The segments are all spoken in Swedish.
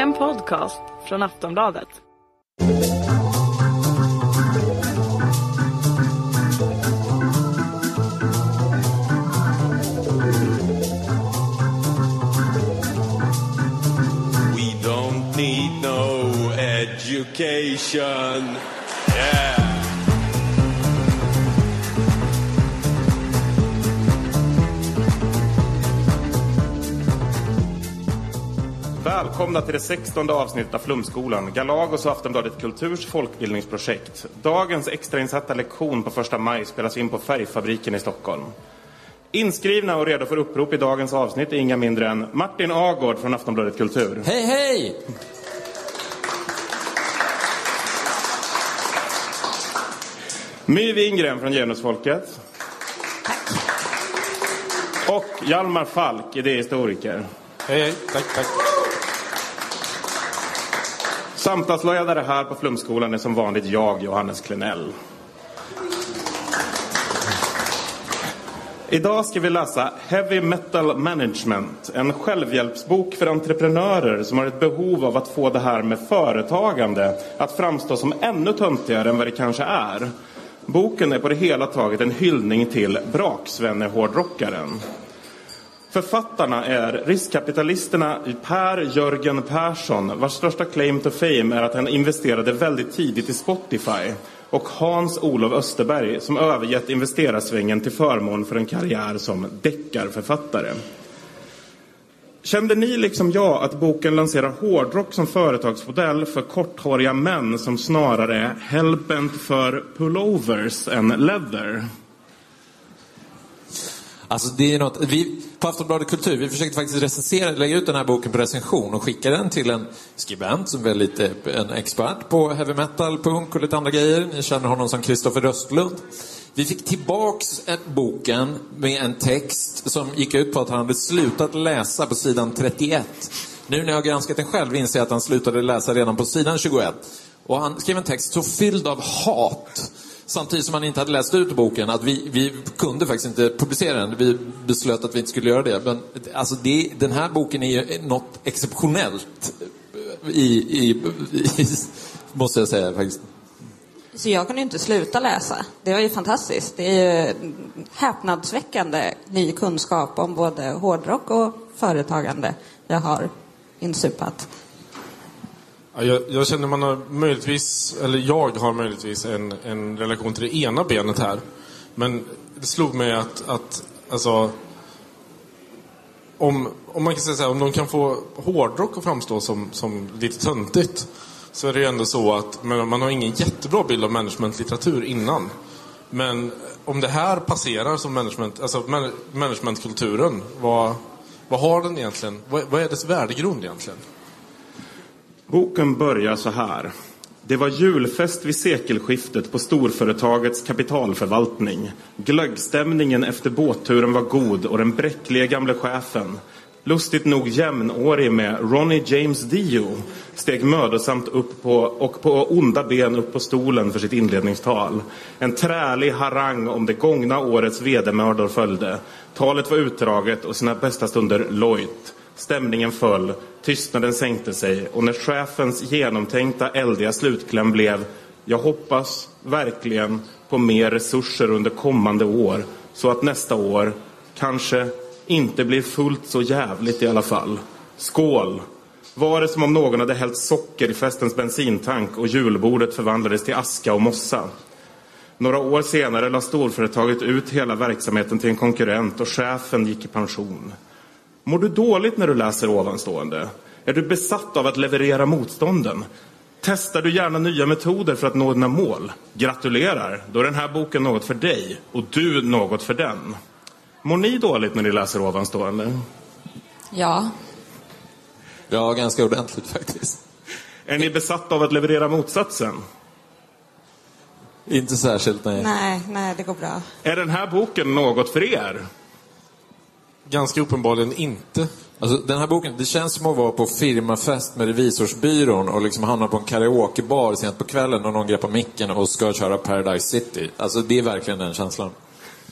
En podcast från Aftonbladet. We don't need no education. Yeah. Välkomna till det 16:e avsnittet av Flumskolan, Galagos och Aftonbladet Kulturs folkbildningsprojekt. Dagens extrainsatta lektion på 1 maj spelas in på Färgfabriken i Stockholm. Inskrivna och redo för upprop i dagens avsnitt är inga mindre än Martin Agård från Aftonbladet Kultur. Hej, hej! My Wingren från Genusfolket. Och Hjalmar Falk, idéhistoriker. Hej, hej. Tack. Samtalsledare här på Flumskolan är som vanligt jag, Johannes Klenell. Idag ska vi läsa Heavy Metal Management, en självhjälpsbok för entreprenörer som har ett behov av att få det här med företagande att framstå som ännu töntigare än vad det kanske är. Boken är på det hela taget en hyllning till braksvenne-hårdrockaren. Författarna är riskkapitalisterna Per Jörgen Persson, vars största claim to fame är att han investerade väldigt tidigt i Spotify, och Hans-Olof Österberg, som övergett investerarsvängen till förmån för en karriär som deckarförfattare. Kände ni liksom jag att boken lanserar hårdrock som företagsmodell för korthåriga män som snarare är hellbent för pullovers än leather? Alltså det är något, vi på Aftonbladet Kultur, vi försökte faktiskt lägga ut den här boken på recension och skicka den till en skribent som är lite en expert på heavy metal, punk och lite andra grejer. Ni känner honom som Kristoffer Röstlund. Vi fick tillbaks boken med en text som gick ut på att han hade slutat läsa på sidan 31. Nu när jag har granskat den själv inser jag att han slutade läsa redan på sidan 21. Och han skrev en text så fylld av hat, samtidigt som han inte hade läst ut boken, att vi kunde faktiskt inte publicera den. Vi beslöt att vi inte skulle göra det. Men alltså den här boken är ju något exceptionellt måste jag säga faktiskt. Så jag kunde inte sluta läsa. Det var ju fantastiskt. Det är ju häpnadsväckande ny kunskap om både hårdrock och företagande jag har insupat. Jag känner man har möjligtvis, eller jag har möjligtvis en relation till det ena benet här. Men det slog mig att alltså, om man kan säga så här, om de kan få hårdrock att framstå som lite töntigt, så är det ju ändå så att man har ingen jättebra bild av managementlitteratur innan. Men om det här passerar som managementkulturen, vad har den egentligen? Vad är dess värdegrund egentligen? Boken börjar så här. Det var julfest vid sekelskiftet på storföretagets kapitalförvaltning. Glöggstämningen efter båtturen var god och den bräckliga gamla chefen, lustigt nog jämnårig med Ronnie James Dio, steg mödosamt upp på onda ben upp på stolen för sitt inledningstal. En trälig harang om det gångna årets vedermördor följde. Talet var utdraget och sina bästa stunder lojt. Stämningen föll, tystnaden sänkte sig, och när chefens genomtänkta eldiga slutkläm blev: jag hoppas verkligen på mer resurser under kommande år, så att nästa år kanske inte blir fullt så jävligt i alla fall. Skål! Var det som om någon hade hällt socker i festens bensintank och julbordet förvandlades till aska och mossa. Några år senare la storföretaget ut hela verksamheten till en konkurrent och chefen gick i pension. Mår du dåligt när du läser ovanstående? Är du besatt av att leverera motstånden? Testar du gärna nya metoder för att nå dina mål? Gratulerar, då är den här boken något för dig och du något för den. Mår ni dåligt när ni läser ovanstående? Ja. Ja, ganska ordentligt faktiskt. Är ni besatta av att leverera motsatsen? Inte särskilt, nej. Nej, det går bra. Är den här boken något för er? Ganska uppenbarligen inte. Alltså, den här boken, det känns som att vara på firmafest med revisorsbyrån och liksom hamna på en karaokebar sent på kvällen och någon greppar micken och ska köra Paradise City. Alltså det är verkligen den känslan.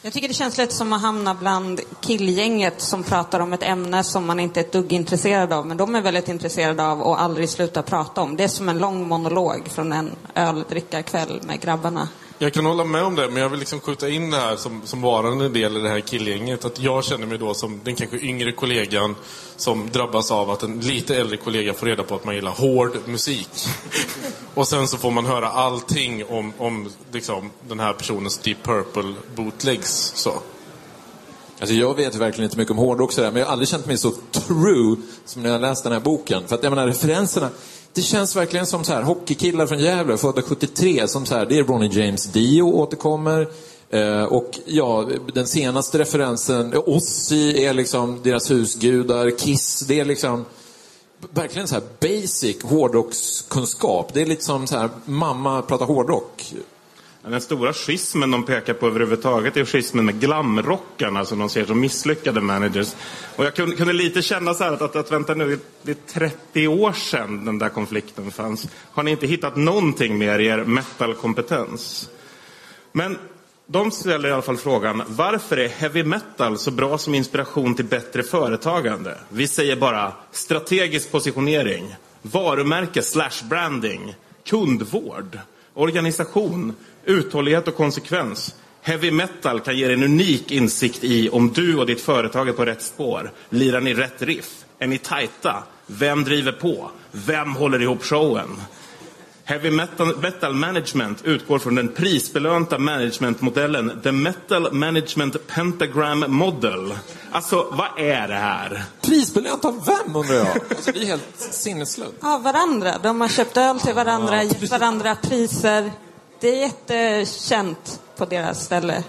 Jag tycker det känns lite som att hamna bland killgänget som pratar om ett ämne som man inte är ett dugg intresserad av, men de är väldigt intresserade av och aldrig sluta prata om. Det är som en lång monolog från en öldrickarkväll med grabbarna. Jag kan hålla med om det, men jag vill liksom skjuta in det här som varande del i det här killgänget. Att jag känner mig då som den kanske yngre kollegan som drabbas av att en lite äldre kollega får reda på att man gillar hård musik. Och sen så får man höra allting om liksom, den här personens Deep Purple bootlegs. Så. Alltså jag vet verkligen inte mycket om hårdrock sådär, men jag har aldrig känt mig så true som när jag läste den här boken. För att jag menar, referenserna, det känns verkligen som så här hockeykillar från Gävle födda 73 som så här, det är Ronnie James Dio återkommer och ja, den senaste referensen Ozzy är liksom deras husgudar, Kiss, det är liksom verkligen så här basic hårdrockskunskap. Det är lite som så här mamma pratar hårdrock. Den stora schismen de pekar på överhuvudtaget är schismen med glamrockarna som de ser som misslyckade managers. Och jag kunde lite känna så här att vänta nu, det är 30 år sedan den där konflikten fanns. Har ni inte hittat någonting mer i er metal-kompetens? Men de ställer i alla fall frågan, varför är heavy metal så bra som inspiration till bättre företagande? Vi säger bara strategisk positionering, varumärke / branding, kundvård, organisation, uthållighet och konsekvens. Heavy metal kan ge en unik insikt i om du och ditt företag är på rätt spår. Lirar ni rätt riff? Är ni tajta? Vem driver på? Vem håller ihop showen? Heavy metal management utgår från den prisbelönta managementmodellen The Metal Management Pentagram Model. Alltså, vad är det här? Prisbelönt av vem, undrar jag? Alltså, det är helt sinneslönt. Ja, varandra. De har köpt öl till varandra, gett varandra priser. Det är jättekänt på deras ställe.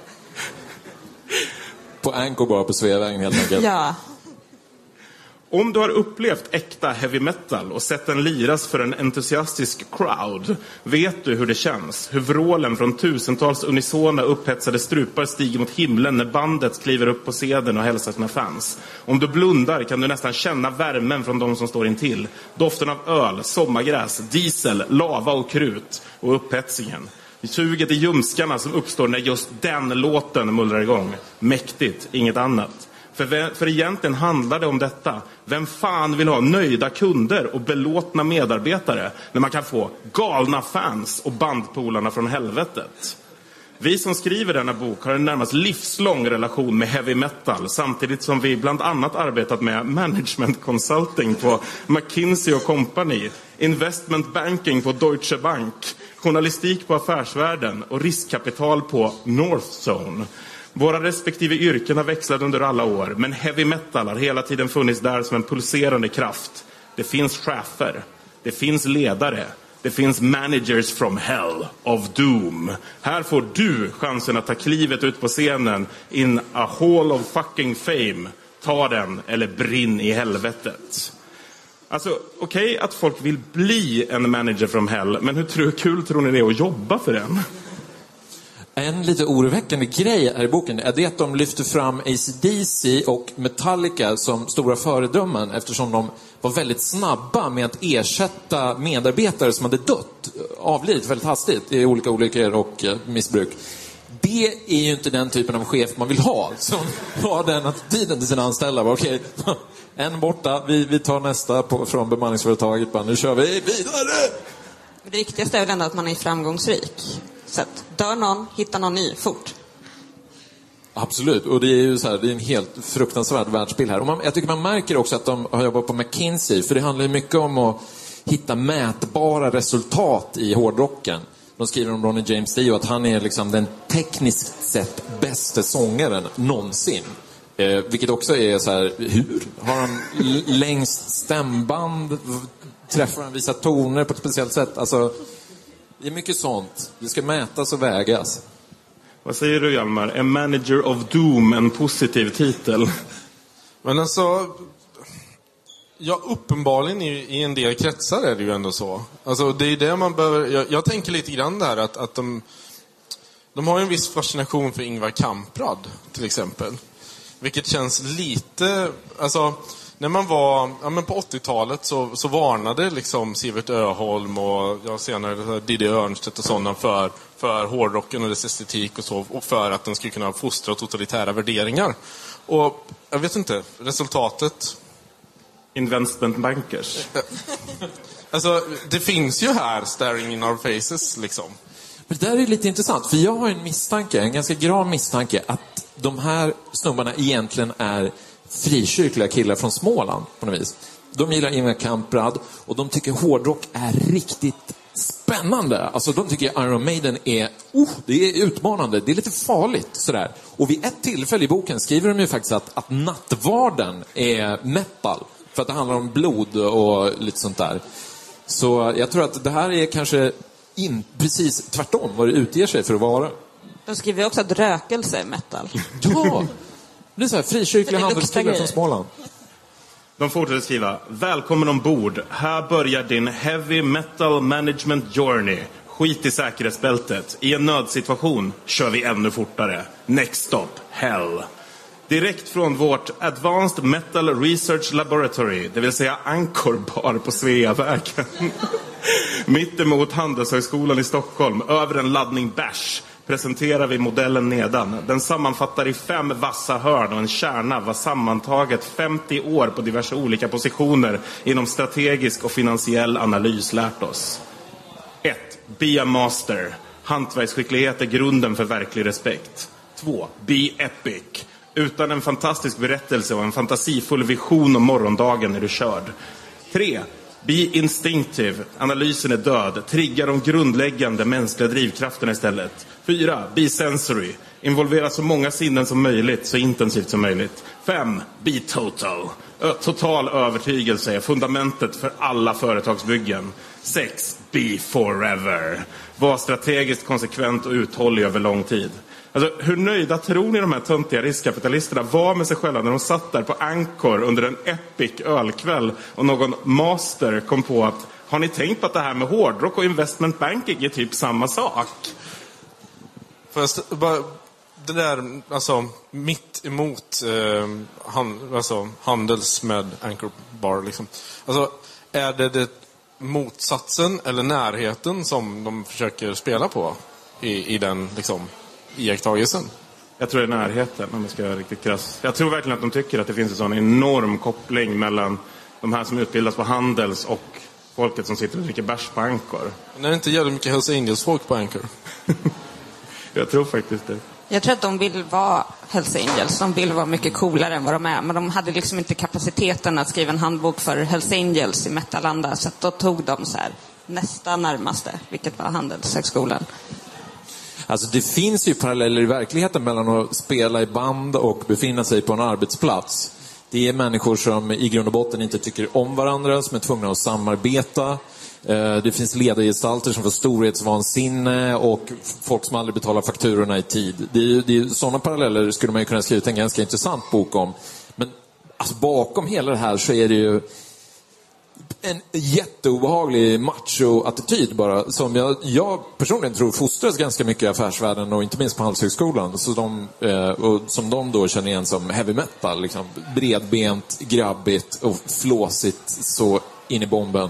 På Anchor bara på Sveavägen helt enkelt. Ja. Om du har upplevt äkta heavy metal och sett den liras för en entusiastisk crowd, vet du hur det känns. Hur vrålen från tusentals unisona upphetsade strupar stiger mot himlen när bandet kliver upp på scenen och hälsar sina fans. Om du blundar kan du nästan känna värmen från de som står intill. Doften av öl, sommargräs, diesel, lava och krut och upphetsingen. Suget i ljumskarna som uppstår när just den låten mullrar igång. Mäktigt, inget annat. För egentligen handlar det om detta. Vem fan vill ha nöjda kunder och belåtna medarbetare när man kan få galna fans och bandpolarna från helvetet? Vi som skriver denna bok har en närmast livslång relation med heavy metal, samtidigt som vi bland annat arbetat med management consulting på McKinsey & Company, investment banking på Deutsche Bank, journalistik på Affärsvärlden och riskkapital på Northzone. Våra respektive yrken har växlat under alla år, men heavy metal har hela tiden funnits där som en pulserande kraft. Det finns chefer, det finns ledare, det finns managers from hell of doom. Här får du chansen att ta klivet ut på scenen in a hall of fucking fame. Ta den eller brinn i helvetet. Alltså, okej att folk vill bli en manager from hell, men hur kul tror ni det är att jobba för den? En lite oroväckande grej här i boken är det att de lyfter fram AC/DC och Metallica som stora föredömen eftersom de var väldigt snabba med att ersätta medarbetare som hade dött, avlidit väldigt hastigt i olika olyckor och missbruk. Det är ju inte den typen av chef man vill ha som har den attityden till sina anställda. Okej, en borta, vi tar nästa från bemanningsföretaget, bara, nu kör vi vidare. Det viktigaste är väl ändå att man är framgångsrik. Så att dör någon, hittar någon ny, fort. Absolut, och det är ju så här, det är en helt fruktansvärd världsbild här. Och jag tycker man märker också att de har jobbat på McKinsey, för det handlar ju mycket om att hitta mätbara resultat i hårdrocken. De skriver om Ronnie James Dio att han är liksom den tekniskt sett bästa sångaren någonsin. Vilket också är så här, hur? Har han längst stämband? Träffar han vissa toner på ett speciellt sätt? Alltså, det är mycket sånt. Det ska mätas och vägas. Vad säger du, Hjalmar? Är Manager of Doom en positiv titel? Men alltså, ja, uppenbarligen i en del kretsar är det ju ändå så. Alltså, det är det man behöver. Jag tänker lite grann där att de har ju en viss fascination för Ingvar Kamprad till exempel. Vilket känns lite, alltså, när man var, ja, men på 80-talet så varnade liksom Sivert Öholm och senare Diddy Örnstedt och sådana för för hårdrocken och dess estetik och så, och för att den skulle kunna fostra totalitära värderingar. Och jag vet inte, resultatet... Investment bankers. Alltså, det finns ju här staring in our faces, liksom. Men det där är lite intressant, för jag har en ganska grav misstanke, att de här snubbarna egentligen är frikyrkliga killar från Småland på något vis. De gillar Ingvar Kamprad och de tycker hårdrock är riktigt spännande. Alltså de tycker Iron Maiden är, det är utmanande, det är lite farligt sådär. Och vid ett tillfälle i boken skriver de ju faktiskt att Nattvarden är metal, för att det handlar om blod och lite sånt där. Så jag tror att det här är kanske precis tvärtom vad det utger sig för att vara. De skriver också att rökelse är metal. Ja, det är så här frikyrkliga handelskillar från Småland. De fortsätter skriva: välkommen ombord. Här börjar din heavy metal management journey. Skit i säkerhetsbältet. I en nödsituation kör vi ännu fortare. Next stop, hell. Direkt från vårt Advanced Metal Research Laboratory, det vill säga Ankorbar på Sveavägen. Mitt emot Handelshögskolan i Stockholm, över en laddning bärs, presenterar vi modellen nedan. Den sammanfattar i 5 vassa hörn och en kärna var sammantaget 50 år på diverse olika positioner inom strategisk och finansiell analys lärt oss. 1. Be a master. Hantverksskicklighet är grunden för verklig respekt. 2. Be epic. Utan en fantastisk berättelse och en fantasifull vision om morgondagen är du körd. 3. Be instinctive. Analysen är död. Trigga de grundläggande mänskliga drivkrafterna istället. 4. Be sensory. Involvera så många sinnen som möjligt, så intensivt som möjligt. 5. Be total. Total övertygelse är fundamentet för alla företagsbyggen. 6. Be forever. Var strategiskt konsekvent och uthållig över lång tid. Alltså, hur nöjda tror ni de här töntiga riskkapitalisterna var med sig själva när de satt där på Ankor under en epic ölkväll och någon master kom på att har ni tänkt på att det här med hårdrock och investment banking är typ samma sak? Fast det där, alltså mitt emot handels med Anchor Bar liksom. Alltså, är det motsatsen eller närheten som de försöker spela på i den liksom iakttagelsen? Jag tror det är närheten, om jag ska vara riktigt krass. Jag tror verkligen att de tycker att det finns en sån enorm koppling mellan de här som utbildas på Handels och folket som sitter och dricker bärs på Ankor. Men är det inte jävligt mycket Hells Angels-folk på Ankor? Jag tror faktiskt det. Jag tror att de vill vara Hells Angels. De vill vara mycket coolare än vad de är. Men de hade liksom inte kapaciteten att skriva en handbok för Hells Angels i metalanda. Så att då tog de så här nästa närmaste, vilket var Handelshögskolan. Alltså det finns ju paralleller i verkligheten mellan att spela i band och befinna sig på en arbetsplats. Det är människor som i grund och botten inte tycker om varandra, som är tvungna att samarbeta. Det finns ledargestalter som får storhetsvansinne och folk som aldrig betalar fakturorna i tid. Det är sådana paralleller skulle man ju kunna skriva en ganska intressant bok om. Men alltså, bakom hela det här så är det ju en jätteobehaglig macho-attityd bara, som jag personligen tror fostras ganska mycket i affärsvärlden och inte minst på Handelshögskolan, så som de då känner igen som heavy metal, liksom bredbent, grabbigt och flåsigt så in i bomben.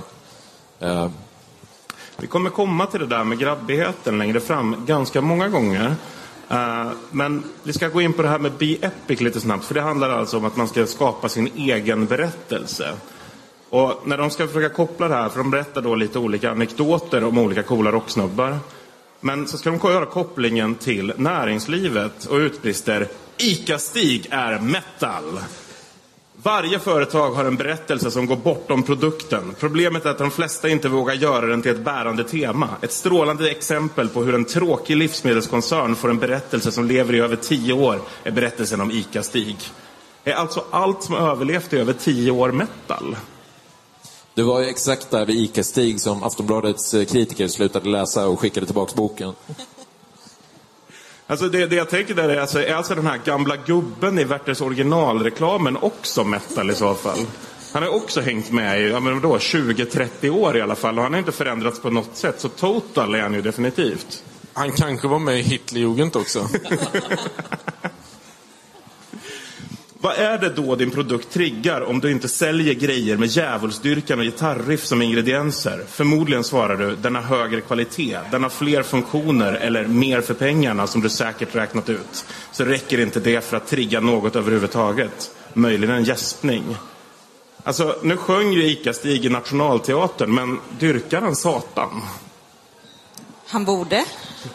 Vi kommer komma till det där med grabbigheten längre fram ganska många gånger. Men vi ska gå in på det här med Be Epic lite snabbt, för det handlar alltså om att man ska skapa sin egen berättelse. Och när de ska försöka koppla det här, för de berättar då lite olika anekdoter om olika coola rocksnubbar. Men så ska de göra kopplingen till näringslivet och utbrister: ICA-Stig är metal. Varje företag har en berättelse som går bortom produkten. Problemet är att de flesta inte vågar göra den till ett bärande tema. Ett strålande exempel på hur en tråkig livsmedelskoncern får en berättelse som lever i över 10 år är berättelsen om ICA-Stig. Är alltså allt som överlevt i över 10 år metal? Det var ju exakt där vid ICA-Stig som Aftonbladets kritiker slutade läsa och skickade tillbaka boken. Alltså det jag tänker där är alltså den här gamla gubben i Werthers originalreklamen också metal i så fall. Han har också hängt med i 20-30 år i alla fall, och han har inte förändrats på något sätt. Så total är han ju definitivt. Han kanske var med i Hitlerjugend också. Vad är det då din produkt triggar om du inte säljer grejer med djävulsdyrkan och gitarriff som ingredienser? Förmodligen svarar du, den har högre kvalitet, den har fler funktioner eller mer för pengarna som du säkert räknat ut. Så räcker inte det för att trigga något överhuvudtaget. Möjligen en gäspning. Alltså, nu sjöng ju Ica-Stig i Nationalteatern, men dyrkar han Satan? Han borde.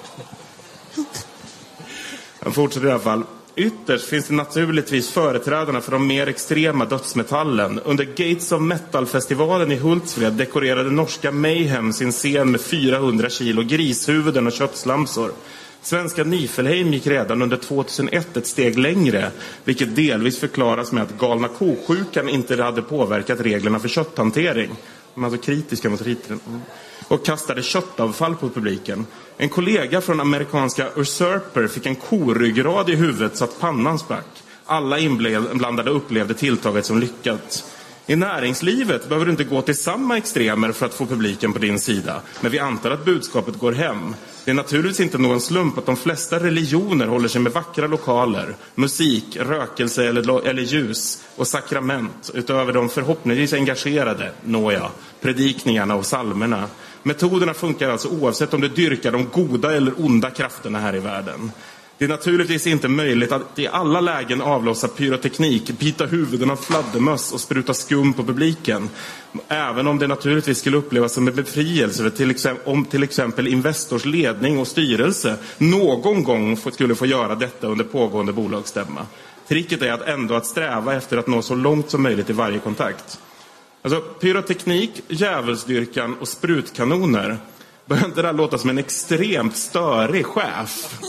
Han fortsätter i alla fall. Ytterst finns det naturligtvis företrädarna för de mer extrema dödsmetallen. Under Gates of Metal-festivalen i Hultsfred dekorerade norska Mayhem sin scen med 400 kilo grishuvuden och köttslamsor. Svenska Nifelheim gick redan under 2001 ett steg längre, vilket delvis förklaras med att galna kosjukan inte hade påverkat reglerna för kötthantering. De är alltså kritiska mot riten. Och kastade köttavfall på publiken. En kollega från amerikanska Usurper fick en koryggrad i huvudet så att pannan sprack. Alla inblandade upplevde tilltaget som lyckat. I näringslivet behöver du inte gå till samma extremer för att få publiken på din sida. Men vi antar att budskapet går hem. Det är naturligtvis inte någon slump att de flesta religioner håller sig med vackra lokaler, musik, rökelse eller ljus och sakrament utöver de förhoppningsvis engagerade, predikningarna och psalmerna. Metoderna funkar alltså oavsett om du dyrkar de goda eller onda krafterna här i världen. Det är naturligtvis inte möjligt att i alla lägen avlossa pyroteknik, bita huvuden av fladdermöss och spruta skum på publiken. Även om det naturligtvis skulle upplevas som en befrielse om till exempel Investors ledning och styrelse någon gång skulle få göra detta under pågående bolagsstämma. Tricket är ändå att sträva efter att nå så långt som möjligt i varje kontakt. Alltså pyroteknik, djävulsdyrkan och sprutkanoner. Börjar inte det låta som en extremt störig chef?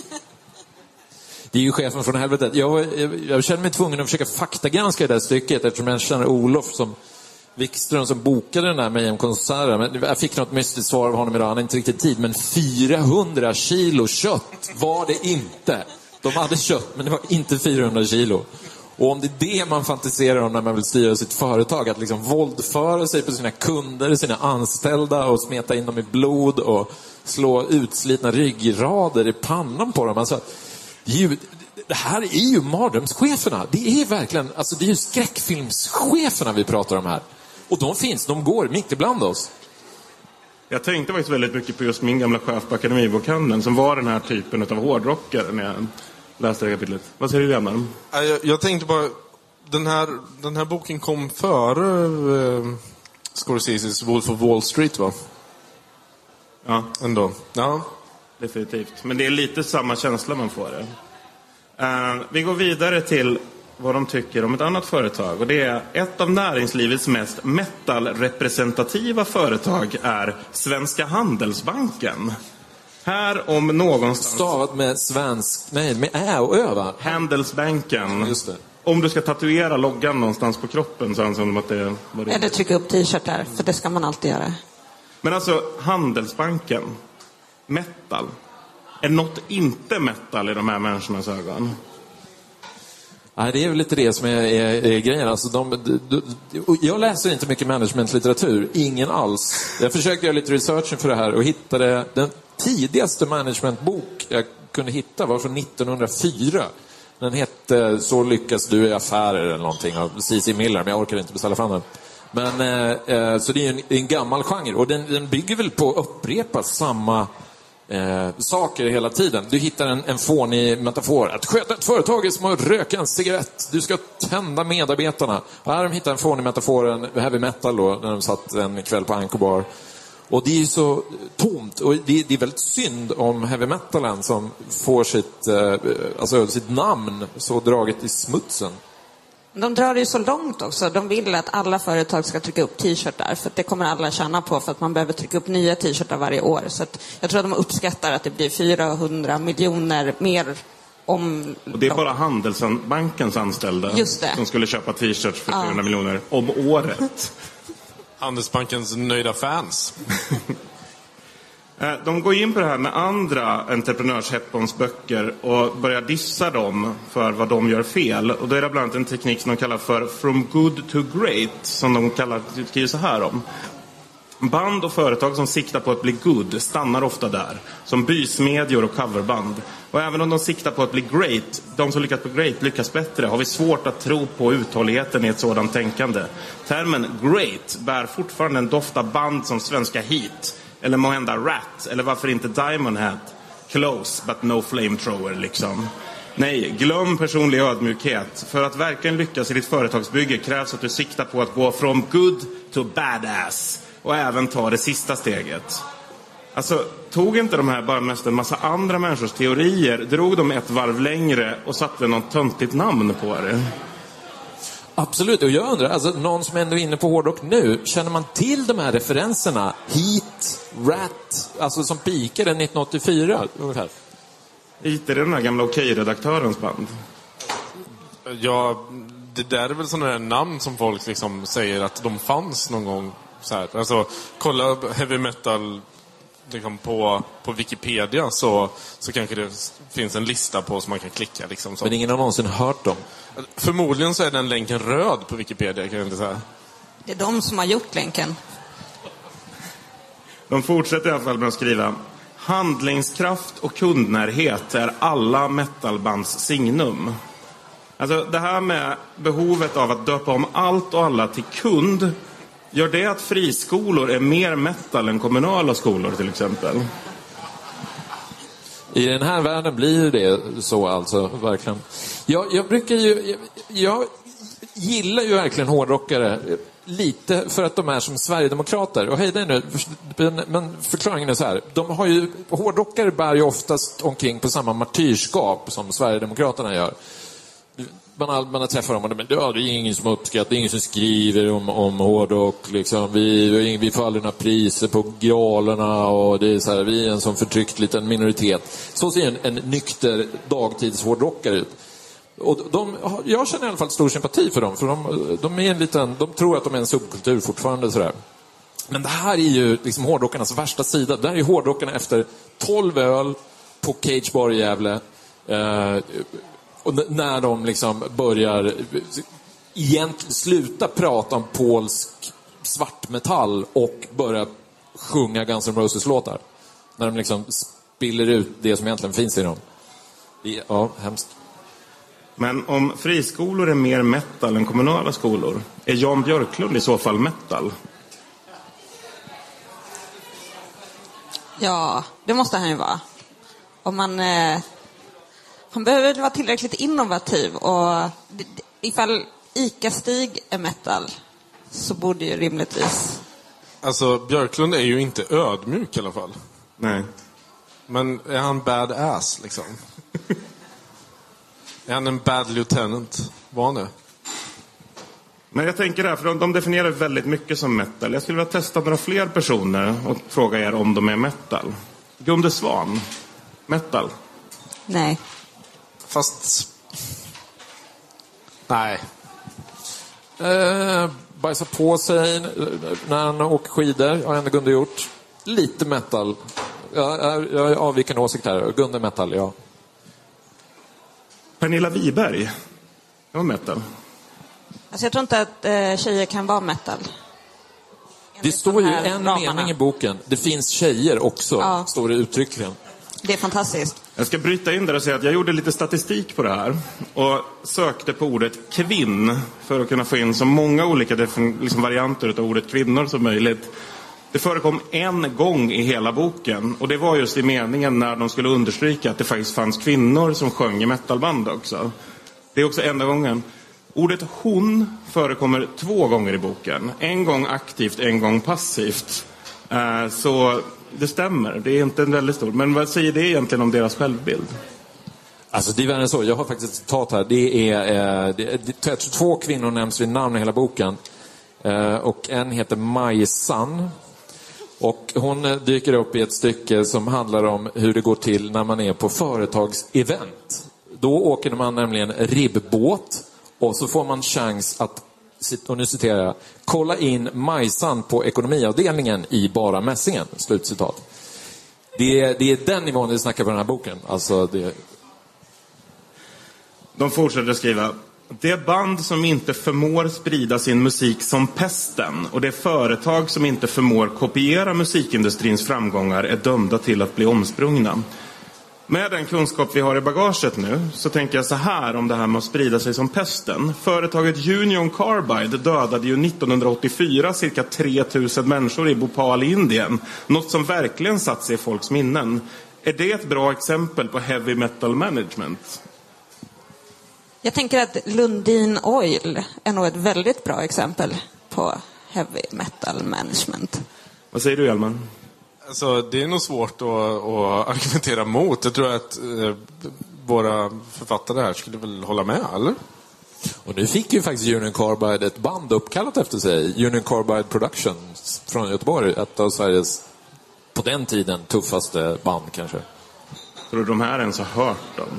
Det är ju chefen från helvetet. Jag känner mig tvungen att försöka faktagranska det där stycket eftersom jag känner Olof som Wikström som bokade den där Mayhem-konserten. Men jag fick något mystiskt svar av honom idag. Han hade inte riktigt tid. Men 400 kilo kött var det inte. De hade kött, men det var inte 400 kilo. Och om det är det man fantiserar om när man vill styra sitt företag, att liksom våldföra sig på sina kunder, sina anställda och smeta in dem i blod och slå utslitna ryggrader i pannan på dem. Alltså, det här är ju mardrömscheferna. Det är verkligen, alltså det är ju skräckfilmscheferna vi pratar om här. Och de går mitt ibland oss. Jag tänkte faktiskt väldigt mycket på just min gamla chef på Akademibokhandeln som var den här typen av hårdrockare när jag läste det kapitlet. Vad säger du, Janne? Jag tänkte bara, den här boken kom före Scorseses Wolf of Wall Street, va? Ja. Ändå. Ja. Definitivt. Men det är lite samma känsla man får det. Vi går vidare till vad de tycker om ett annat företag. Och det är ett av näringslivets mest metal-representativa företag är Svenska Handelsbanken. Här om någonstans... Stavat med svensk... Nej, med ä och ö, va? Handelsbanken. Just det. Om du ska tatuera loggan någonstans på kroppen så anser de att det... Eller trycka upp t-shirtar, för det ska man alltid göra. Men alltså, Handelsbanken... Metal. Är något inte metal i de här människornas ögon? Nej, det är väl lite det som är grejen. Alltså jag läser inte mycket managementlitteratur. Ingen alls. Jag försökte göra lite research för det här och hittade den tidigaste managementbok jag kunde hitta var från 1904. Den hette Så lyckas du i affärer eller någonting av C.C. Miller, men jag orkade inte beställa fram den. Men, så det är en gammal genre och den bygger väl på att upprepa samma saker hela tiden. Du hittar en fånig metafor. Att sköta ett företag är som att röka en cigarett. Du ska tända medarbetarna. Och här har de hittat en fånig metafor, en heavy metal då, när de satt en kväll på Ankobar. Och det är ju så tomt. Och det är väldigt synd om heavy metalen som får sitt namn så draget i smutsen. De drar det ju så långt också. De vill att alla företag ska trycka upp t-shirtar. För att det kommer alla tjäna på. För att man behöver trycka upp nya t-shirtar varje år. Så att jag tror att de uppskattar att det blir 400 miljoner mer om... Och det är bara Handelsbankens anställda som skulle köpa t-shirts för 400 miljoner om året. Handelsbankens nöjda fans. De går in på det här med andra entreprenörshäppons böcker och börjar dissa dem för vad de gör fel. Och då är det bland annat en teknik som de kallar för From Good to Great, som de skriver så här om. Band och företag som siktar på att bli good stannar ofta där, som bysmedjor och coverband. Och även om de siktar på att bli great, de som lyckas bli great lyckas bättre, har vi svårt att tro på uthålligheten i ett sådant tänkande. Termen great bär fortfarande en doft av band som Svenska Heat, eller måhända Rat, eller varför inte Diamond Hat. Close but no flamethrower liksom. Nej, glöm personlig ödmjukhet. För att verkligen lyckas i ditt företagsbygge krävs att du siktar på att gå från good to badass. Och även ta det sista steget. Alltså, tog inte de här bara mest en massa andra människors teorier, drog de ett varv längre och satte något töntigt namn på det? Absolut, och jag undrar, alltså någon som ändå är inne på hårdrock nu, känner man till de här referenserna? Heat, Rat, alltså som pikade 1984 ungefär. Heat är den här gamla Okej-redaktörens band. Ja, det där är väl sådana här namn som folk liksom säger att de fanns någon gång. Så här. Alltså, kolla heavy metal liksom på Wikipedia så kanske det finns en lista på som man kan klicka. Liksom, men ingen har någonsin hört dem. Förmodligen så är den länken röd på Wikipedia, kan jag inte säga. Det är de som har gjort länken. De fortsätter i alla fall med att skriva: handlingskraft och kundnärhet är alla metalbands signum. Alltså det här med behovet av att döpa om allt och alla till kund, gör det att friskolor är mer metal än kommunala skolor till exempel? I den här världen blir det så alltså, verkligen. Jag gillar ju verkligen hårdrockare lite för att de är som Sverigedemokrater. Och hej det nu, men förklaringen är så här. Hårdrockare bär ju oftast omkring på samma martyrskap som Sverigedemokraterna gör. Man har träffat dem och det är ingen som uppskattar, det är ingen som skriver om hårdrock liksom. Vi får aldrig några priser på gralerna och det är så här, vi är en sån förtryckt liten minoritet. Så ser en nykter dagtidshårdrockare ut. Och jag känner i alla fall stor sympati för dem, för de tror att de är en subkultur fortfarande sådär. Men det här är ju liksom hårdrockarnas värsta sida. Det här är hårdrockarna efter 12 öl på Cage Bar i Gävle. Och när de liksom börjar egentligen sluta prata om polsk svartmetall och börja sjunga Guns N' Roses-låtar. När de liksom spiller ut det som egentligen finns i dem. Ja, hemskt. Men om friskolor är mer metal än kommunala skolor, är Jan Björklund i så fall metal? Ja, det måste han ju vara. Om man... Han behöver vara tillräckligt innovativ och ifall Ica-Stig är metal så borde ju rimligtvis... Alltså, Björklund är ju inte ödmjuk i alla fall. Nej. Men är han badass liksom? Är han en bad lieutenant? Var han det? Men jag tänker där, för de definierar väldigt mycket som metal. Jag skulle vilja testa några fler personer och fråga er om de är metal. Gunde Svan, metal? Nej. Fast... Nej. Bajsa på sig när han åker skidor, har ändå Gunde gjort. Lite metal. Jag har avvikande åsikt här. Gunde metal, ja. Pernilla Wiberg, det var metal. Alltså jag tror inte att tjejer kan vara metal. Det står ju en mening i boken. Det finns tjejer också, ja. Står det uttryckligen. Det är fantastiskt. Jag ska bryta in där och säga att jag gjorde lite statistik på det här. Och sökte på ordet kvinn för att kunna få in så många olika liksom varianter av ordet kvinnor som möjligt. Det förekom en gång i hela boken. Och det var just i meningen när de skulle understryka att det faktiskt fanns kvinnor som sjöng i metalband också. Det är också enda gången. Ordet hon förekommer 2 gånger i boken. En gång aktivt, en gång passivt. Så det stämmer. Det är inte en väldigt stor. Men vad säger det egentligen om deras självbild? Alltså det är värre än så. Jag har faktiskt ett citat här. Det är 2 kvinnor nämns vid namn i hela boken. Och en heter Majsan. Och hon dyker upp i ett stycke som handlar om hur det går till när man är på företagsevent. Då åker man nämligen ribbåt och så får man chans att, och nu citerar jag, kolla in Majsan på ekonomiavdelningen i Bara Mässingen. Slutcitat. Det är den nivån vi snackar på den här boken. Alltså det... De fortsätter skriva: Det är band som inte förmår sprida sin musik som pesten, och det är företag som inte förmår kopiera musikindustrins framgångar är dömda till att bli omsprungna. Med den kunskap vi har i bagaget nu så tänker jag så här om det här med att sprida sig som pesten. Företaget Union Carbide dödade ju 1984 cirka 3000 människor i Bhopal i Indien. Något som verkligen satt sig i folks minnen. Är det ett bra exempel på heavy metal management? Jag tänker att Lundin Oil är nog ett väldigt bra exempel på heavy metal management. Vad säger du, Hjelman? Alltså, det är nog svårt att argumentera mot. Jag tror att våra författare här skulle väl hålla med, eller? Och nu fick ju faktiskt Union Carbide ett band uppkallat efter sig. Union Carbide Productions från Göteborg. Ett av Sveriges, på den tiden, tuffaste band kanske. Tror du de här ens har hört dem?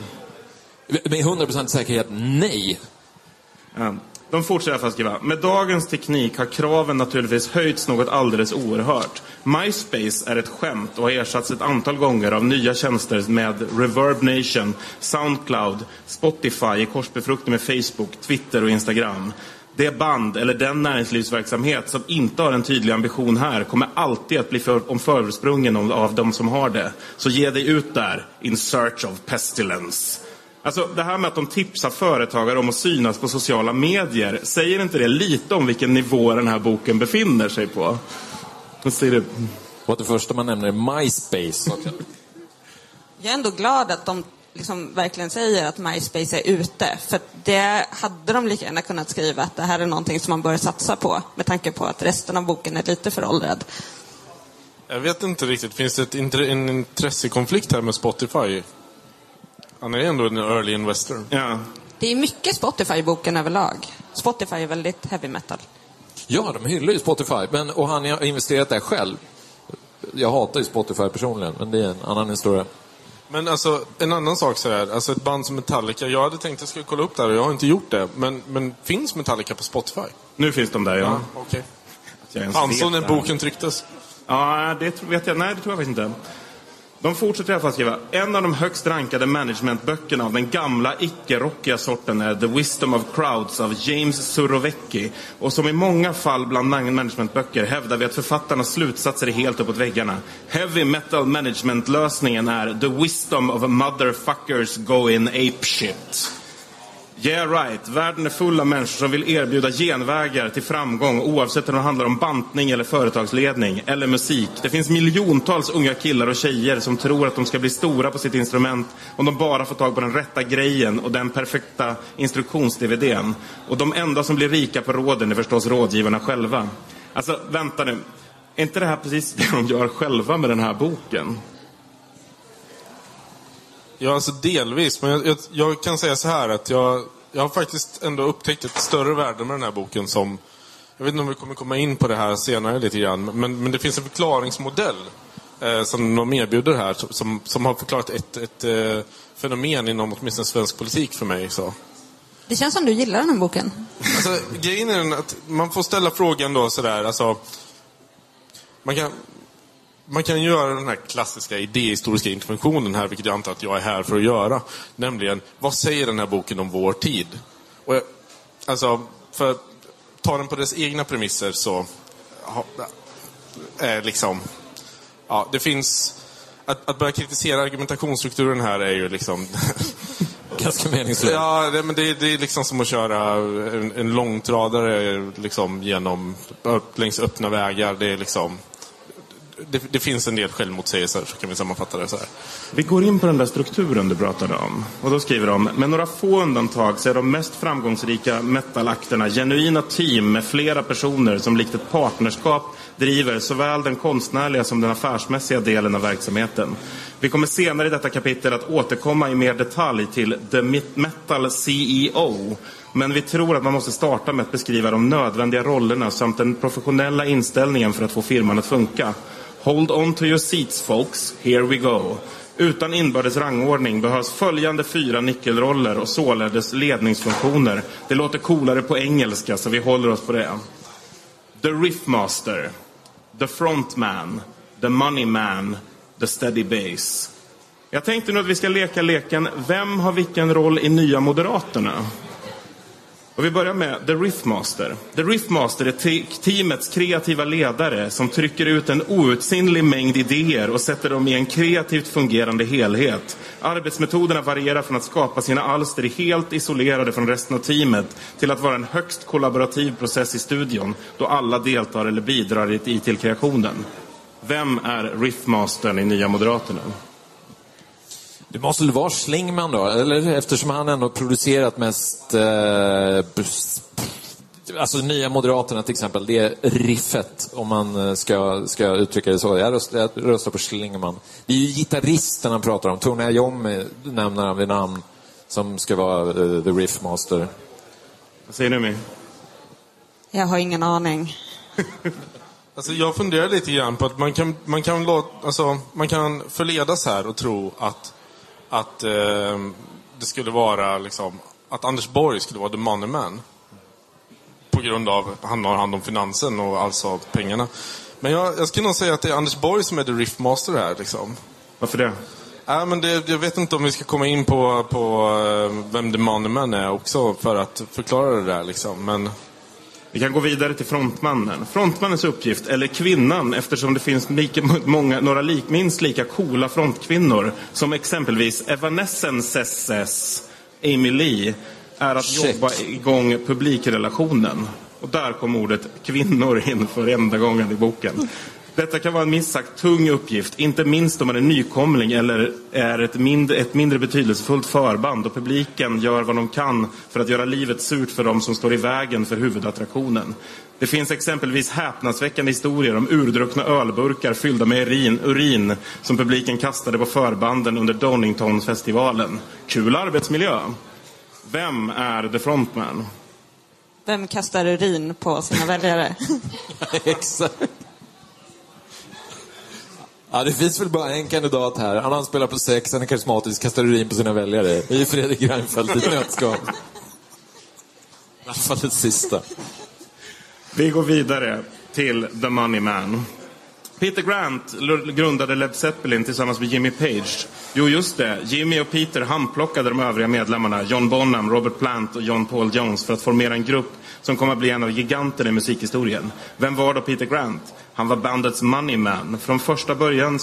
Med 100% säkerhet, nej. Ja. De fortsätter fast skriva. Med dagens teknik har kraven naturligtvis höjts något alldeles oerhört. MySpace är ett skämt och har ersatts ett antal gånger av nya tjänster med Reverb Nation, Soundcloud, Spotify i korsbefruktning med Facebook, Twitter och Instagram. Det band eller den näringslivsverksamhet som inte har en tydlig ambition här kommer alltid att bli försprungen av de som har det. Så ge dig ut där, in search of pestilence. Alltså det här med att de tipsar företagare om att synas på sociala medier, säger inte det lite om vilken nivå den här boken befinner sig på? Vad säger du? Och det första man nämner är MySpace också. Jag är ändå glad att de liksom verkligen säger att MySpace är ute. För det hade de lika gärna kunnat skriva att det här är någonting som man bör satsa på. Med tanke på att resten av boken är lite föråldrad. Jag vet inte riktigt. Finns det en intressekonflikt här med Spotify? Han är ändå en early investor. Ja. Det är mycket Spotify i boken överlag. Spotify är väldigt heavy metal. Ja, de hyllar ju Spotify. Och han har investerat där själv. Jag hatar ju Spotify personligen, men det är en annan historia. Men alltså, en annan sak så här. Alltså ett band som Metallica. Jag hade tänkt att jag skulle kolla upp det här och jag har inte gjort det. Men finns Metallica på Spotify? Nu finns de där, ja. Okej. Okay. Hansson när boken trycktes. Ja, det vet jag. Nej, det tror jag faktiskt inte. De fortsätter i alla fall skriva. En av de högst rankade managementböckerna av den gamla icke-rockiga sorten är The Wisdom of Crowds av James Surovecki. Och som i många fall bland managementböcker hävdar vi att författarnas slutsatser är helt uppåt väggarna. Heavy metal management-lösningen är The Wisdom of motherfuckers going apeshit. Yeah right, världen är full av människor som vill erbjuda genvägar till framgång oavsett om det handlar om bantning eller företagsledning eller musik. Det finns miljontals unga killar och tjejer som tror att de ska bli stora på sitt instrument om de bara får tag på den rätta grejen och den perfekta instruktions-DVDn. Och de enda som blir rika på råden är förstås rådgivarna själva. Alltså, vänta nu. Är inte det här precis det de gör själva med den här boken? Ja, alltså delvis. Men jag kan säga så här att jag har faktiskt ändå upptäckt ett större värde med den här boken som... Jag vet inte om vi kommer komma in på det här senare lite grann. Men det finns en förklaringsmodell som de erbjuder här som har förklarat ett fenomen inom åtminstone svensk politik för mig. Så. Det känns som du gillar den här boken. Alltså, grejen är att man får ställa frågan då sådär. Alltså, man kan göra den här klassiska idéhistoriska interventionen här, vilket jag antar att jag är här för att göra. Nämligen, vad säger den här boken om vår tid? Och alltså, för att ta den på dess egna premisser så liksom... Ja, det finns... Att börja kritisera argumentationsstrukturen här är ju liksom... Ganska meningslöst. Ja, men det är liksom som att köra en långtradare liksom längs öppna vägar. Det är liksom... Det finns en del självmotsägelser, så kan vi sammanfatta det så här. Vi går in på den där strukturen du pratade om. Och då skriver de, med några få undantag så är de mest framgångsrika metalakterna genuina team med flera personer som likt ett partnerskap driver såväl den konstnärliga som den affärsmässiga delen av verksamheten. Vi kommer senare i detta kapitel att återkomma i mer detalj till The Metal CEO. Men vi tror att man måste starta med att beskriva de nödvändiga rollerna samt den professionella inställningen för att få firman att funka. Hold on to your seats, folks. Here we go. Utan inbördes rangordning behövs följande 4 nyckelroller och således ledningsfunktioner. Det låter coolare på engelska så vi håller oss på det. The riffmaster, the frontman, the money man, the steady bass. Jag tänkte nu att vi ska leka leken. Vem har vilken roll i Nya Moderaterna? Och vi börjar med The Riffmaster. The Riffmaster är teamets kreativa ledare som trycker ut en outsinlig mängd idéer och sätter dem i en kreativt fungerande helhet. Arbetsmetoderna varierar från att skapa sina alster helt isolerade från resten av teamet till att vara en högst kollaborativ process i studion då alla deltar eller bidrar till kreationen. Vem är Riffmastern i Nya Moderaterna? Det måste väl vara Schlingmann då, eller eftersom han ändå producerat mest alltså Nya Moderaterna till exempel, det är riffet om man ska uttrycka det så. Jag röstar på Schlingmann. Det är ju gitarristen han pratar om. Tony Iommi nämner han vid namn som ska vara the Riffmaster. Vad säger du, Mi? Jag har ingen aning. Alltså jag funderar lite grann på att man kan förledas här och tro att det skulle vara liksom, att Anders Borg skulle vara the money man på grund av han har hand om finansen och alltså pengarna. Men jag skulle nog säga att det är Anders Borg som är the Riffmaster här liksom. Varför det? Men jag vet inte om vi ska komma in på vem the money man är också för att förklara det där liksom, men vi kan gå vidare till frontmannen. Frontmannens uppgift, eller kvinnan, eftersom det finns några minst lika coola frontkvinnor, som exempelvis Evanescences Amy Lee, är att jobba igång publikrelationen. Och där kom ordet kvinnor in för enda gången i boken. Detta kan vara en minst sagt tung uppgift, inte minst om man är nykomling eller är ett mindre betydelsefullt förband och publiken gör vad de kan för att göra livet surt för dem som står i vägen för huvudattraktionen. Det finns exempelvis häpnadsväckande historier om urdruckna ölburkar fyllda med urin som publiken kastade på förbanden under Doningtonfestivalen. Kul arbetsmiljö. Vem är the frontman? Vem kastar urin på sina väljare? Exakt. Ja, det finns väl bara en kandidat här. Han spelar på sex, han är karismatisk, kastar urin på sina väljare. Det är Fredrik Reinfeldt i ett nötskal. I alla fall det sista. Vi går vidare till The Money Man. Peter Grant grundade Led Zeppelin tillsammans med Jimmy Page. Jo, just det. Jimmy och Peter handplockade de övriga medlemmarna, John Bonham, Robert Plant och John Paul Jones, för att formera en grupp som kommer att bli en av giganterna i musikhistorien. Vem var då Peter Grant? Han var bandets money man från första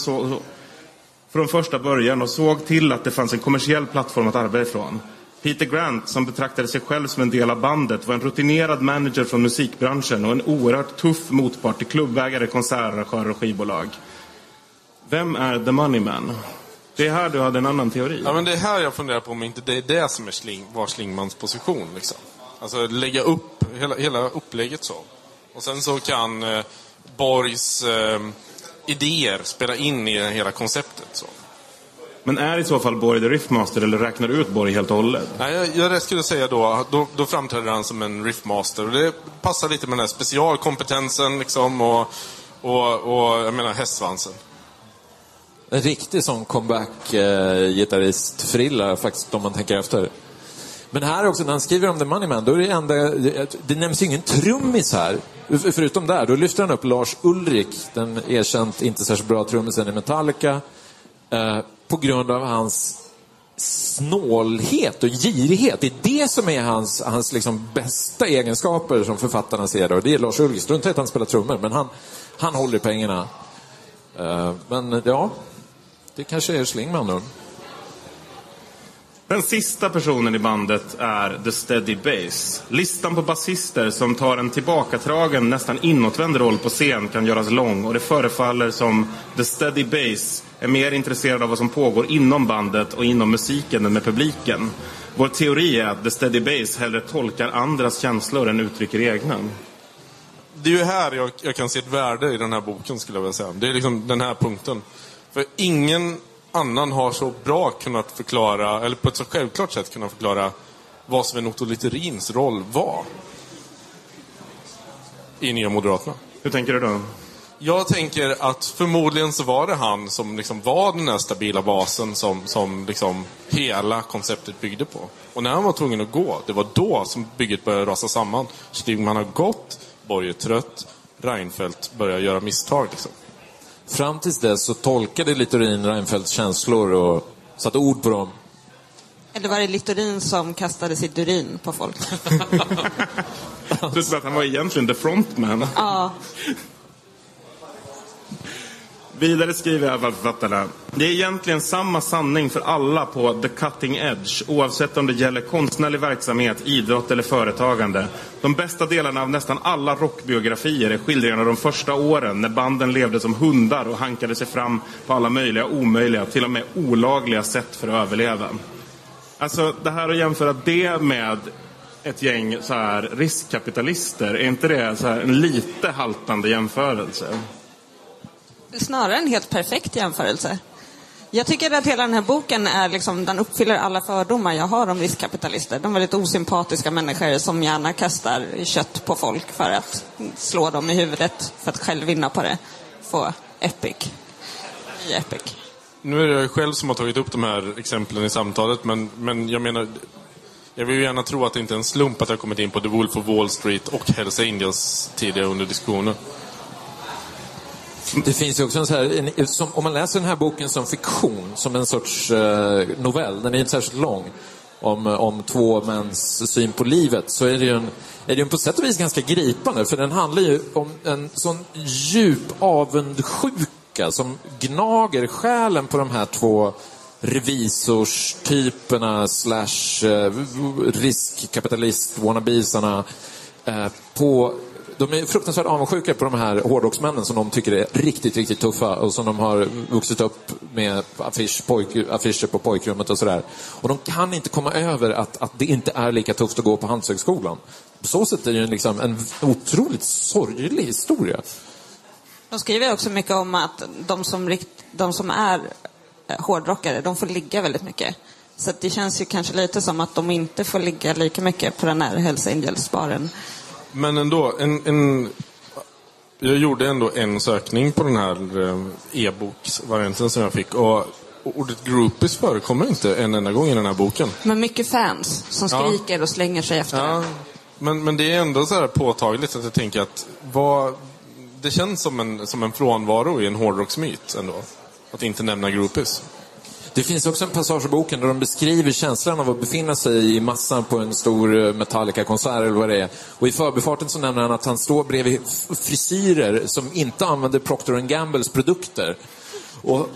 början och såg till att det fanns en kommersiell plattform att arbeta ifrån. Peter Grant, som betraktade sig själv som en del av bandet, var en rutinerad manager från musikbranschen och en oerhört tuff motpart till klubbägare, konsertarrangörer och skivbolag. Vem är the money man? Det är här du hade en annan teori. Ja, men det är här jag funderar på om inte det är det som var Schlingmans position liksom. Alltså lägga upp hela upplägget så. Och sen så kan Borgs idéer spela in i hela konceptet så. Men är i så fall Borg the Riffmaster eller räknar du ut Borg helt och hållet? Nej, jag skulle säga då framträder han som en Riffmaster. Och det passar lite med den här specialkompetensen liksom och jag menar hästsvansen. En riktig sån comeback-gitarrist-frilla faktiskt om man tänker efter. Men här också, när han skriver om The Money Man, då är det nämns ju ingen trummis här. Förutom där, då lyfter han upp Lars Ulrik, den erkänt inte särskilt bra trummisen i Metallica, på grund av hans snålhet och girighet. Det är det som är hans liksom bästa egenskaper som författarna ser. Och det är Lars Ulrik. Strunt att han spelar trummor, men han håller i pengarna. Men ja, det kanske är Schlingmann då. Den sista personen i bandet är The Steady Bass. Listan på basister som tar en tillbakatragen, nästan inåtvänd roll på scen kan göras lång, och det förefaller som The Steady Bass är mer intresserad av vad som pågår inom bandet och inom musiken än med publiken. Vår teori är att The Steady Bass hellre tolkar andras känslor än uttrycker egna. Det är ju här jag kan se ett värde i den här boken, skulle jag vilja säga. Det är liksom den här punkten. För ingen annan har så bra kunnat förklara, eller på ett så självklart sätt kunnat förklara vad som Otto Littorins roll var i Nya Moderaterna. Hur tänker du då? Jag tänker att förmodligen så var det han som liksom var den här stabila basen som liksom hela konceptet byggde på. Och när han var tvungen att gå, det var då som bygget började rasa samman. Schlingmann har gått, Borg är trött, Reinfeldt börjar göra misstag liksom. Fram tills dess så tolkade Littorin Reinfeldts känslor och satte ord på dem. Eller var det Littorin som kastade sitt urin på folk? Du tror att han var egentligen the frontman? Ja. Vidare skriver jag författarna. Det är egentligen samma sanning för alla på the cutting edge, oavsett om det gäller konstnärlig verksamhet, idrott eller företagande. De bästa delarna av nästan alla rockbiografier är skildringarna av de första åren när banden levde som hundar och hankade sig fram på alla möjliga, omöjliga, till och med olagliga sätt för att överleva. Alltså det här att jämföra det med ett gäng så här riskkapitalister, är inte det så här en lite haltande jämförelse? Snarare en helt perfekt jämförelse. Jag tycker att hela den här boken är liksom, den uppfyller alla fördomar jag har om riskkapitalister. De är väldigt osympatiska människor som gärna kastar kött på folk för att slå dem i huvudet för att själv vinna på det. Få epic. I epic. Nu är det jag själv som har tagit upp de här exemplen i samtalet, men jag menar, jag vill ju gärna tro att det inte är en slump att jag har kommit in på The Wolf of Wall Street och Hells Angels tidigare under diskussionen. Det finns ju också en så här, om man läser den här boken som fiktion, som en sorts novell, den är inte särskilt lång, om två mäns syn på livet, så är det ju på sätt och vis ganska gripande, för den handlar ju om en sån djup avundsjuka som gnager själen på de här två revisorstyperna / riskkapitalist-wannabisarna på. De är fruktansvärt avundsjuka på de här hårdrocksmännen som de tycker är riktigt, riktigt tuffa och som de har vuxit upp med affischer på pojkrummet och sådär. Och de kan inte komma över att det inte är lika tufft att gå på Handelshögskolan. På så sätt är det liksom en otroligt sorglig historia. De skriver också mycket om att de som är hårdrockare, de får ligga väldigt mycket. Så att det känns ju kanske lite som att de inte får ligga lika mycket på den här Hells Angels-baren. Men ändå, jag gjorde ändå en sökning på den här e-boksvarianten som jag fick, och ordet groupies förekommer inte en enda gång i den här boken. Men mycket fans som skriker och slänger sig efter. Ja, men det är ändå så här påtagligt att jag tänker att det känns som en frånvaro i en hårdrocksmyt ändå, att inte nämna groupies. Det finns också en passage i boken där de beskriver känslan av att befinna sig i massan på en stor Metallica-konsert eller vad det är. Och i förbifarten så nämner han att han står bredvid frisyrer som inte använder Procter & Gamble's produkter. Och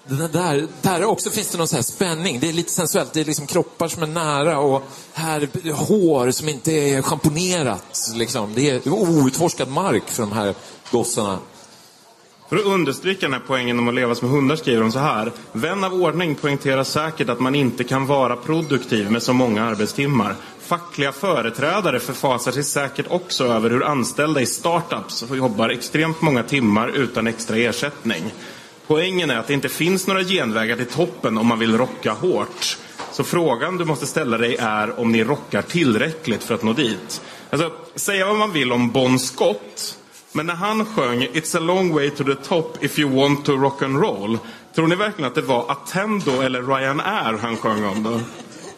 där också finns det någon så här spänning. Det är lite sensuellt. Det är liksom kroppar som är nära och här hår som inte är schamponerat. Liksom. Det är outforskad mark för de här gossarna. För att understryka den här poängen om att leva som hundar skriver de så här. Vän av ordning poängterar säkert att man inte kan vara produktiv med så många arbetstimmar. Fackliga företrädare förfasar sig säkert också över hur anställda i startups jobbar extremt många timmar utan extra ersättning. Poängen är att det inte finns några genvägar till toppen om man vill rocka hårt. Så frågan du måste ställa dig är om ni rockar tillräckligt för att nå dit. Alltså, säga vad man vill om Bon Scott, men när han sjöng It's a long way to the top if you want to rock and roll, tror ni verkligen att det var Attendo eller Ryanair han sjöng om då?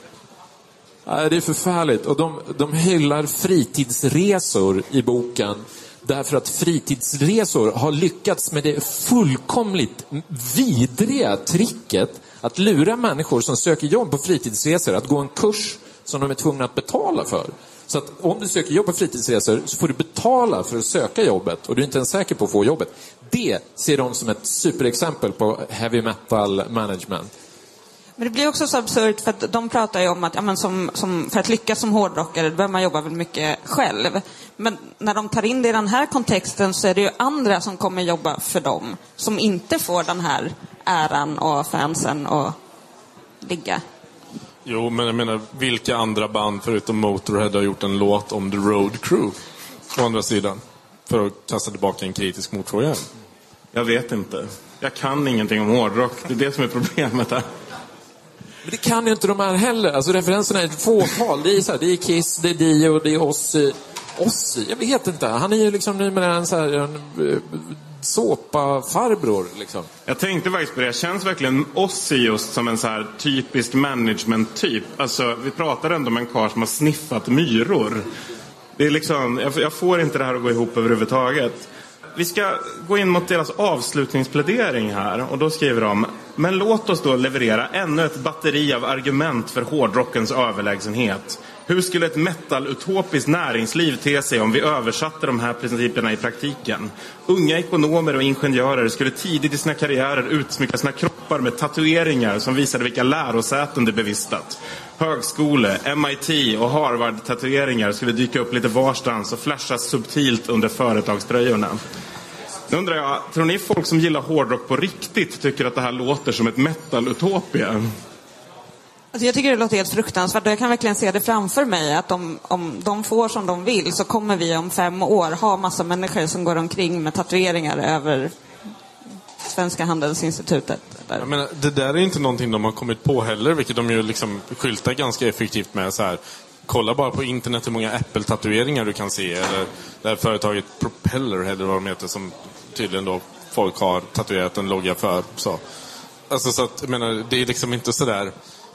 Ja, det är förfärligt. Och de hyllar fritidsresor i boken därför att fritidsresor har lyckats med det fullkomligt vidriga tricket att lura människor som söker jobb på fritidsresor att gå en kurs som de är tvungna att betala för. Så att om du söker jobb på fritidsresor så får du betala för att söka jobbet och du är inte ens säker på att få jobbet. Det ser de som ett superexempel på heavy metal management. Men det blir också så absurt för att de pratar ju om att för att lyckas som hårdrockare behöver man jobba väldigt mycket själv. Men när de tar in det i den här kontexten så är det ju andra som kommer jobba för dem som inte får den här äran och fansen och ligga. Jo, men jag menar, vilka andra band förutom Motorhead har gjort en låt om The Road Crew å andra sidan? För att kasta tillbaka en kritisk motfråga. Jag vet inte. Jag kan ingenting om hårdrock. Det är det som är problemet här. Men det kan ju inte de här heller. Alltså referenserna är ett fåtal. Det är Kiss, det är Dio, det är Ozzy. Jag vet inte. Han är ju liksom numera en så här en såpa-farbror liksom. Jag tänkte faktiskt på det. Jag känns verkligen Ozzy just som en så här typisk management-typ. Alltså, vi pratar ändå om en karl som har sniffat myror. Det är liksom, jag får inte det här att gå ihop överhuvudtaget. Vi ska gå in mot deras avslutningsplädering här. Och då skriver de: men låt oss då leverera ännu ett batteri av argument för hårdrockens överlägsenhet. Hur skulle ett metal-utopiskt näringsliv te sig om vi översatte de här principerna i praktiken? Unga ekonomer och ingenjörer skulle tidigt i sina karriärer utsmycka sina kroppar med tatueringar som visade vilka lärosäten de bevistat. Högskole, MIT och Harvard-tatueringar skulle dyka upp lite varstans och flashas subtilt under företagströjorna. Nu undrar jag, tror ni folk som gillar hårdrock på riktigt tycker att det här låter som ett metal-utopia? Alltså jag tycker det låter helt fruktansvärt. Jag kan verkligen se det framför mig att om de får som de vill så kommer vi om 5 år ha massa människor som går omkring med tatueringar över Svenska Handelsinstitutet. Jag menar, det där är inte någonting de har kommit på heller, vilket de ju liksom skyltar ganska effektivt med så här. Kolla bara på internet hur många Apple-tatueringar du kan se, eller det här företaget Propeller eller vad de heter, som tydligen då folk har tatuerat en logga för. Så. Alltså så att, jag menar, det är liksom inte så där.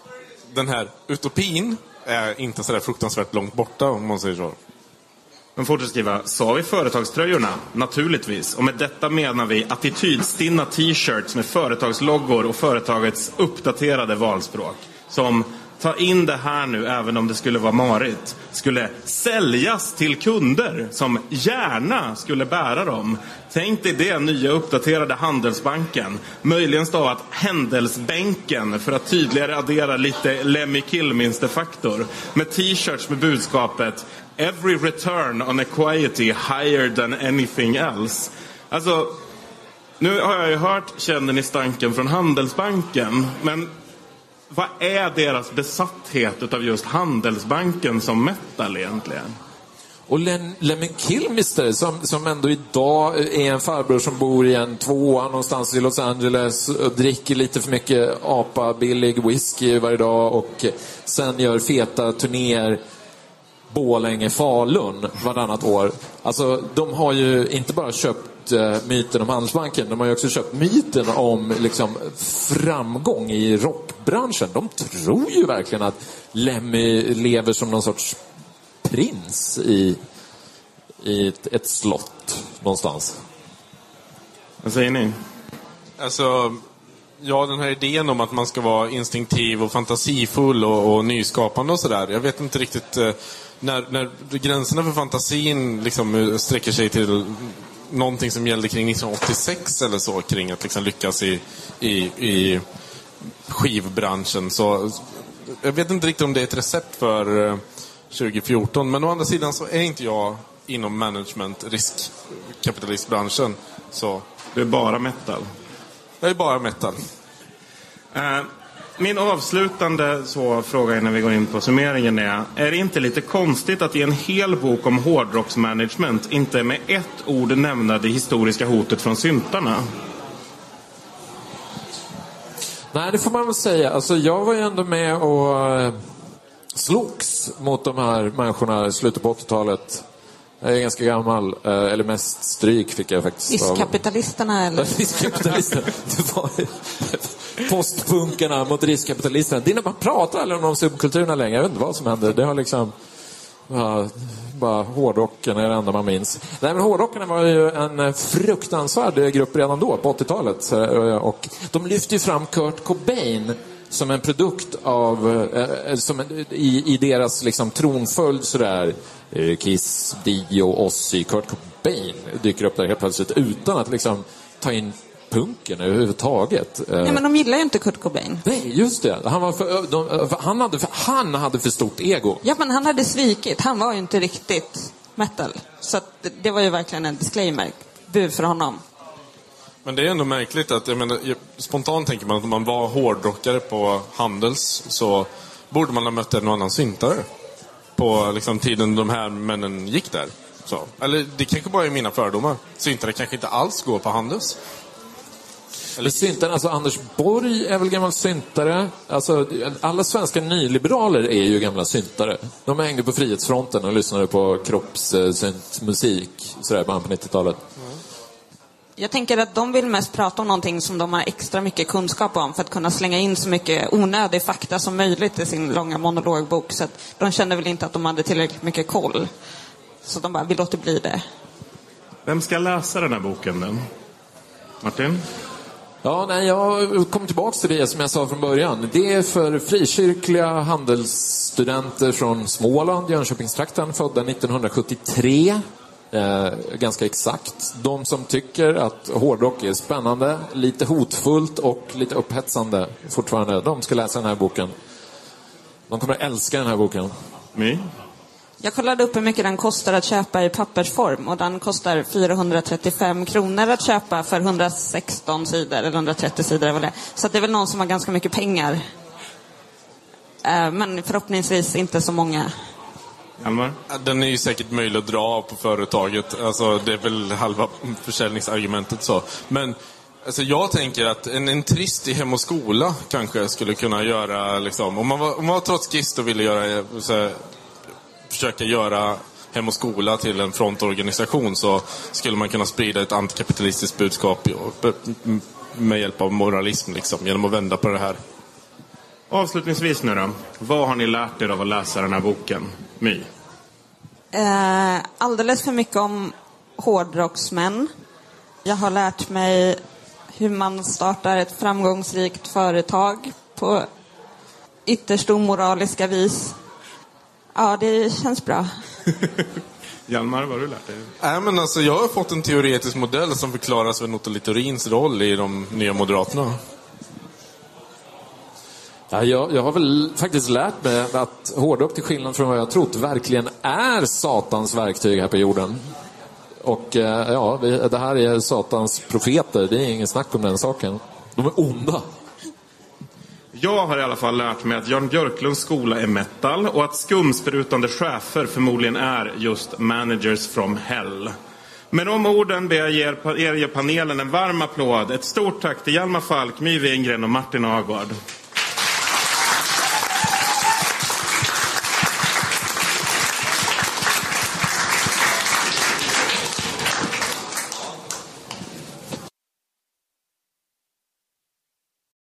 Den här utopin är inte så där fruktansvärt långt borta, om man säger så. Men fortsätter skriva: sa vi företagströjorna? Naturligtvis. Och med detta menar vi attitydstinna t-shirts med företagsloggor och företagets uppdaterade valspråk. Som: ta in det här nu även om det skulle vara marigt. Skulle säljas till kunder som gärna skulle bära dem. Tänk dig det nya uppdaterade Handelsbanken. Möjligen stavat Händelsbänken för att tydligare addera lite Lemmy Kilminster-faktor. Med t-shirts med budskapet: every return on equity higher than anything else. Alltså, nu har jag ju hört Känner ni stanken från Handelsbanken, men vad är deras besatthet utav just Handelsbanken som metal egentligen? Och Lemmy Kilmister som ändå idag är en farbror som bor i en 2 någonstans i Los Angeles och dricker lite för mycket billig whisky varje dag och sen gör feta turnéer Borlänge, Falun varannat år. Alltså de har ju inte bara köpt myten om Handelsbanken, de har ju också köpt myten om liksom framgång i rockbranschen. De tror ju verkligen att Lemmy lever som någon sorts prins i ett slott någonstans. Vad säger ni? Alltså, ja, den här idén om att man ska vara instinktiv och fantasifull och nyskapande och sådär. Jag vet inte riktigt när gränserna för fantasin liksom sträcker sig till någonting som gällde kring 1986 eller så, kring att liksom lyckas i skivbranschen. Så jag vet inte riktigt om det är ett recept för 2014. Men å andra sidan så är inte jag inom management, riskkapitalistbranschen. Så Det är bara metal. jag är bara metal. Min avslutande fråga innan vi går in på summeringen är det inte lite konstigt att i en hel bok om hårdrocksmanagement inte med ett ord nämna det historiska hotet från syntarna? Nej, det får man väl säga. Alltså, jag var ju ändå med och slogs mot de här människorna i slutet på 80-talet. Jag är ganska gammal, eller mest stryk fick jag faktiskt. Riskkapitalisterna eller? Riskkapitalisterna. Det var postpunkarna mot riskkapitalisterna. Det är när man pratar aldrig om de subkulturerna längre. Jag vet inte vad som händer. Det har liksom bara hårdrocken är det enda man minns. Nej, men hårdrockarna var ju en fruktansvärd grupp redan då på 80-talet. Och de lyfte ju fram Kurt Cobain som en produkt av i deras liksom tronföljd sådär. Kiss, Dio, Ozzy, Kurt Cobain dyker upp där helt plötsligt utan att liksom ta in punken överhuvudtaget. Nej, men de gillar ju inte Kurt Cobain. Nej, just det. Han hade för stort ego. Ja, men han hade svikit. Han var ju inte riktigt metal. Så att det var ju verkligen en disclaimer. Bu för honom. Men det är ändå märkligt att, jag menar, spontant tänker man att om man var hårdrockare på Handels så borde man ha mött en annan syntare på liksom tiden de här männen gick där. Så. Eller det kanske bara är mina fördomar. Syntare kanske inte alls går på Handels. Eller syntare, alltså Anders Borg är väl gammal syntare. Alltså, alla svenska nyliberaler är ju gamla syntare. De hängde på Frihetsfronten och lyssnade på kroppssyntmusik sådär på 90-talet. Jag tänker att de vill mest prata om någonting som de har extra mycket kunskap om för att kunna slänga in så mycket onödig fakta som möjligt i sin långa monologbok. Så att de kände väl inte att de hade tillräckligt mycket koll. Så de bara, vi låter bli det. Vem ska läsa den här boken då? Martin? Ja, nej, jag kommer tillbaka till det som jag sa från början. Det är för frikyrkliga handelsstudenter från Småland, Jönköpingstrakten, födda 1973. Ganska exakt. De som tycker att hårdrock är spännande, lite hotfullt och lite upphetsande fortfarande, de ska läsa den här boken. De kommer att älska den här boken. My? Jag kollade upp hur mycket den kostar att köpa i pappersform, och den kostar 435 kronor att köpa för 116 sidor eller 130 sidor eller vad det är. Så det är väl någon som har ganska mycket pengar. Men förhoppningsvis inte så många. Almar? Den är ju säkert möjlig att dra på företaget. Alltså, det är väl halva försäljningsargumentet så. Men alltså, jag tänker att en trist i Hem och skola kanske skulle kunna göra liksom, om man var trotskist och ville göra försöka göra Hem och skola till en frontorganisation, så skulle man kunna sprida ett antikapitalistiskt budskap med hjälp av moralism liksom, genom att vända på det här. Avslutningsvis nu då. Vad har ni lärt er av att läsa den här boken? My? Alldeles för mycket om hårdrocksmän. Jag har lärt mig hur man startar ett framgångsrikt företag på ytterst omoraliska vis. Ja, det känns bra. Hjalmar, vad har du lärt dig? Men alltså, jag har fått en teoretisk modell som förklarar Sven Otto Littorins roll i de nya Moderaterna. Ja, jag har väl faktiskt lärt mig att hårdrock, till skillnad från vad jag trott, verkligen är satans verktyg här på jorden. Och ja, det här är satans profeter. Det är ingen snack om den saken. De är onda. Jag har i alla fall lärt mig att Jan Björklunds skola är metal och att skumsprutande chefer förmodligen är just managers from hell. Med de orden ber jag ge panelen en varm applåd. Ett stort tack till Hjalmar Falk, My Wingren och Martin Agard.